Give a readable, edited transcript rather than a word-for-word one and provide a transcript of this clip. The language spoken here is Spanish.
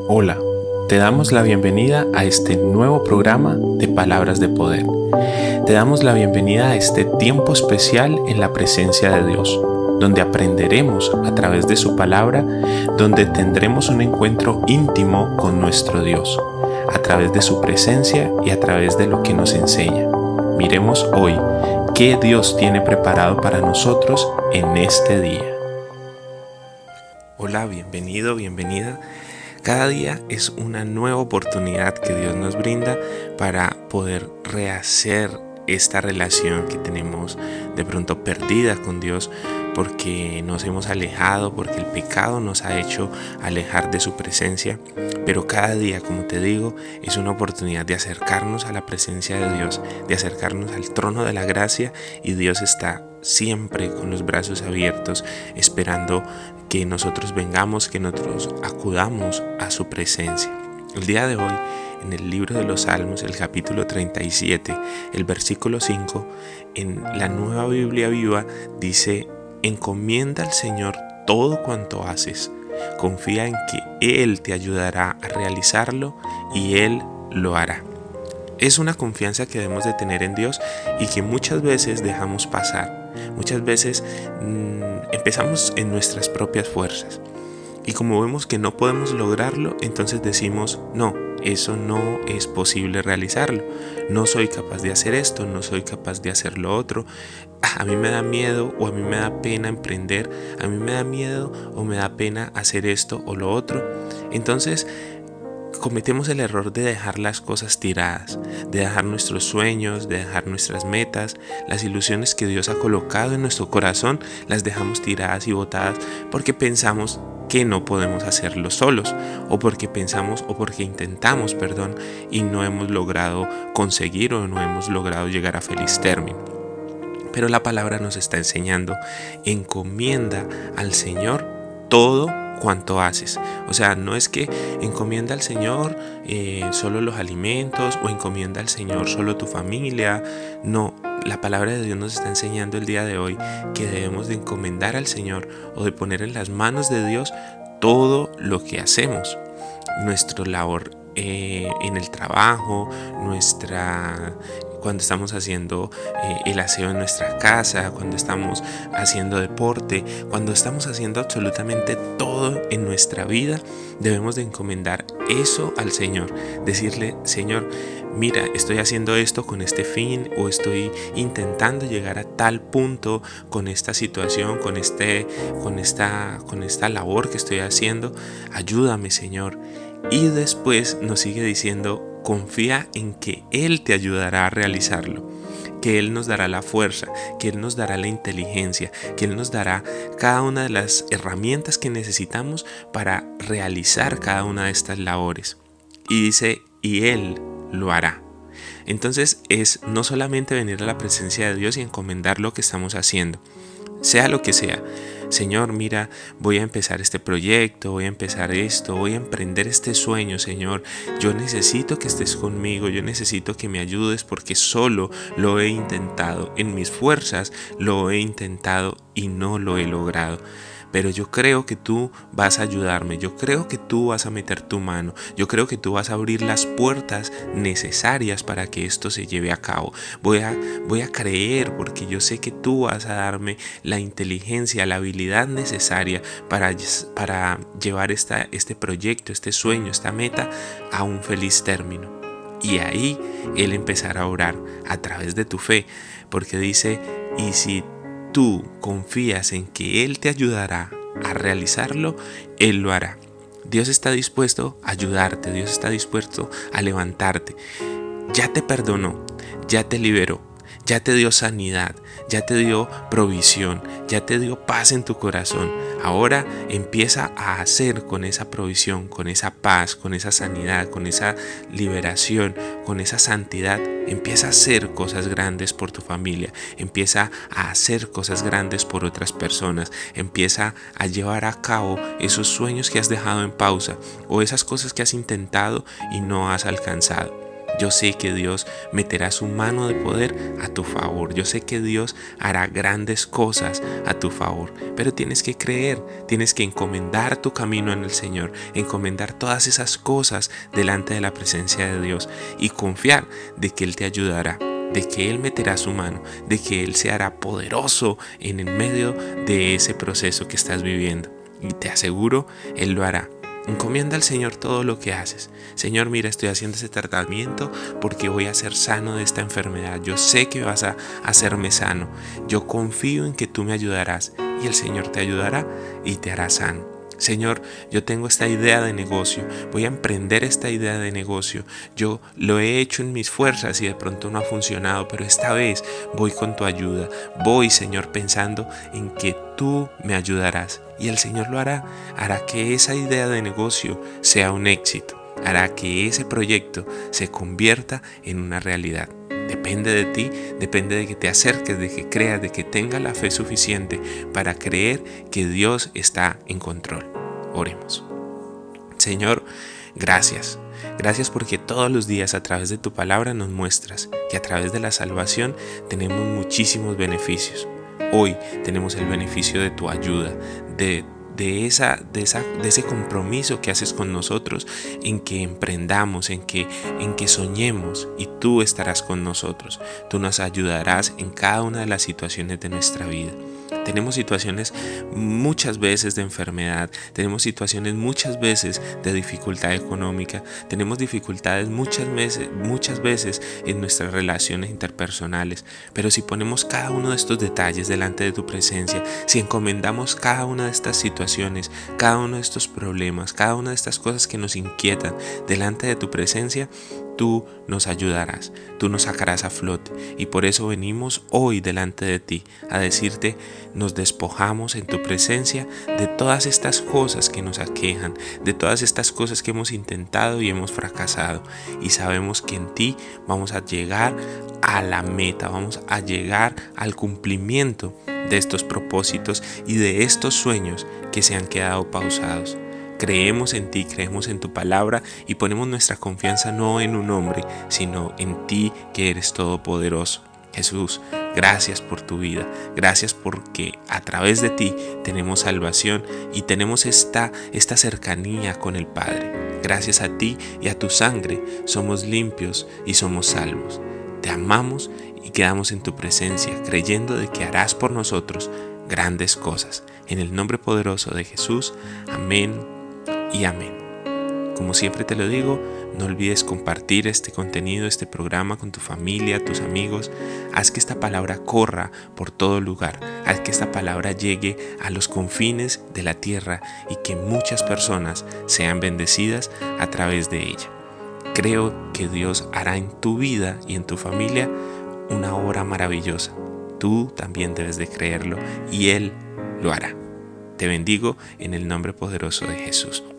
Hola, te damos la bienvenida a este nuevo programa de Palabras de Poder. Te damos la bienvenida a este tiempo especial en la presencia de Dios, donde aprenderemos a través de su palabra, donde tendremos un encuentro íntimo con nuestro Dios, a través de su presencia y a través de lo que nos enseña. Miremos hoy qué Dios tiene preparado para nosotros en este día. Hola, bienvenido, bienvenida. Cada día es una nueva oportunidad que Dios nos brinda para poder rehacer esta relación que tenemos de pronto perdida con Dios, porque nos hemos alejado, porque el pecado nos ha hecho alejar de su presencia. Pero cada día, como te digo, es una oportunidad de acercarnos a la presencia de Dios, de acercarnos al trono de la gracia, y Dios está siempre con los brazos abiertos, esperando que nosotros vengamos, que nosotros acudamos a su presencia. El día de hoy, en el libro de los Salmos, el capítulo 37, el versículo 5, en la Nueva Biblia Viva, dice: encomienda al Señor todo cuanto haces, confía en que Él te ayudará a realizarlo y Él lo hará. Es una confianza que debemos de tener en Dios y que muchas veces dejamos pasar. Muchas veces empezamos en nuestras propias fuerzas, y como vemos que no podemos lograrlo, entonces decimos: no, eso no es posible realizarlo, no soy capaz de hacer esto, no soy capaz de hacer lo otro, a mí me da miedo o a mí me da pena emprender, a mí me da miedo o me da pena hacer esto o lo otro. Entonces cometemos el error de dejar las cosas tiradas, de dejar nuestros sueños, de dejar nuestras metas, las ilusiones que Dios ha colocado en nuestro corazón, las dejamos tiradas y botadas porque pensamos que no podemos hacerlo solos, o porque intentamos, y no hemos logrado conseguir o no hemos logrado llegar a feliz término. Pero la palabra nos está enseñando: encomienda al Señor todo cuanto haces. O sea, no es que encomienda al Señor solo los alimentos, o encomienda al Señor solo tu familia. No, la palabra de Dios nos está enseñando el día de hoy que debemos de encomendar al Señor, o de poner en las manos de Dios todo lo que hacemos. Nuestra labor en el trabajo, cuando estamos haciendo el aseo en nuestra casa, cuando estamos haciendo deporte, cuando estamos haciendo absolutamente todo en nuestra vida, debemos de encomendar eso al Señor. Decirle: Señor, mira, estoy haciendo esto con este fin, o estoy intentando llegar a tal punto con esta situación, con esta labor que estoy haciendo. Ayúdame, Señor. Y después nos sigue diciendo: confía en que Él te ayudará a realizarlo, que Él nos dará la fuerza, que Él nos dará la inteligencia, que Él nos dará cada una de las herramientas que necesitamos para realizar cada una de estas labores. Y dice: y Él lo hará. Entonces es no solamente venir a la presencia de Dios y encomendar lo que estamos haciendo, sea lo que sea. Señor, mira, voy a empezar este proyecto, voy a empezar esto, voy a emprender este sueño, Señor. Yo necesito que estés conmigo, yo necesito que me ayudes, porque solo lo he intentado, en mis fuerzas lo he intentado y no lo he logrado. Pero yo creo que tú vas a ayudarme, yo creo que tú vas a meter tu mano, yo creo que tú vas a abrir las puertas necesarias para que esto se lleve a cabo. Voy a creer, porque yo sé que tú vas a darme la inteligencia, la habilidad necesaria para llevar este proyecto, este sueño, esta meta a un feliz término. Y ahí Él empezará a orar a través de tu fe, porque dice: y si tú confías en que Él te ayudará a realizarlo, Él lo hará. Dios está dispuesto a ayudarte, Dios está dispuesto a levantarte. Ya te perdonó, ya te liberó, ya te dio sanidad, ya te dio provisión, ya te dio paz en tu corazón. Ahora empieza a hacer con esa provisión, con esa paz, con esa sanidad, con esa liberación, con esa santidad. Empieza a hacer cosas grandes por tu familia, empieza a hacer cosas grandes por otras personas, empieza a llevar a cabo esos sueños que has dejado en pausa, o esas cosas que has intentado y no has alcanzado. Yo sé que Dios meterá su mano de poder a tu favor. Yo sé que Dios hará grandes cosas a tu favor. Pero tienes que creer, tienes que encomendar tu camino en el Señor, encomendar todas esas cosas delante de la presencia de Dios y confiar de que Él te ayudará, de que Él meterá su mano, de que Él se hará poderoso en el medio de ese proceso que estás viviendo. Y te aseguro, Él lo hará. Encomienda al Señor todo lo que haces. Señor, mira, estoy haciendo ese tratamiento porque voy a ser sano de esta enfermedad. Yo sé que vas a hacerme sano. Yo confío en que tú me ayudarás y el Señor te ayudará y te hará sano. Señor, yo tengo esta idea de negocio, voy a emprender esta idea de negocio. Yo lo he hecho en mis fuerzas y de pronto no ha funcionado, pero esta vez voy con tu ayuda. Voy, Señor, pensando en que tú me ayudarás y el Señor lo hará. Hará que esa idea de negocio sea un éxito, hará que ese proyecto se convierta en una realidad. Depende de ti, depende de que te acerques, de que creas, de que tengas la fe suficiente para creer que Dios está en control. Oremos. Señor, gracias. Gracias porque todos los días a través de tu palabra nos muestras que a través de la salvación tenemos muchísimos beneficios. Hoy tenemos el beneficio de tu ayuda, de ese compromiso que haces con nosotros, en que emprendamos, en que soñemos, y tú estarás con nosotros. Tú nos ayudarás en cada una de las situaciones de nuestra vida. Tenemos situaciones muchas veces de enfermedad, tenemos situaciones muchas veces de dificultad económica, tenemos dificultades muchas veces en nuestras relaciones interpersonales, pero si ponemos cada uno de estos detalles delante de tu presencia, si encomendamos cada una de estas situaciones, cada uno de estos problemas, cada una de estas cosas que nos inquietan delante de tu presencia, tú nos ayudarás, tú nos sacarás a flote, y por eso venimos hoy delante de ti a decirte: nos despojamos en tu presencia de todas estas cosas que nos aquejan, de todas estas cosas que hemos intentado y hemos fracasado, y sabemos que en ti vamos a llegar a la meta, vamos a llegar al cumplimiento de estos propósitos y de estos sueños que se han quedado pausados. Creemos en ti, creemos en tu palabra y ponemos nuestra confianza no en un hombre, sino en ti, que eres todopoderoso. Jesús, gracias por tu vida, gracias porque a través de ti tenemos salvación y tenemos esta cercanía con el Padre. Gracias a ti y a tu sangre somos limpios y somos salvos. Te amamos y quedamos en tu presencia, creyendo de que harás por nosotros grandes cosas. En el nombre poderoso de Jesús, amén y amén. Como siempre te lo digo, no olvides compartir este contenido, este programa con tu familia, tus amigos. Haz que esta palabra corra por todo lugar. Haz que esta palabra llegue a los confines de la tierra y que muchas personas sean bendecidas a través de ella. Creo que Dios hará en tu vida y en tu familia una obra maravillosa. Tú también debes de creerlo y Él lo hará. Te bendigo en el nombre poderoso de Jesús.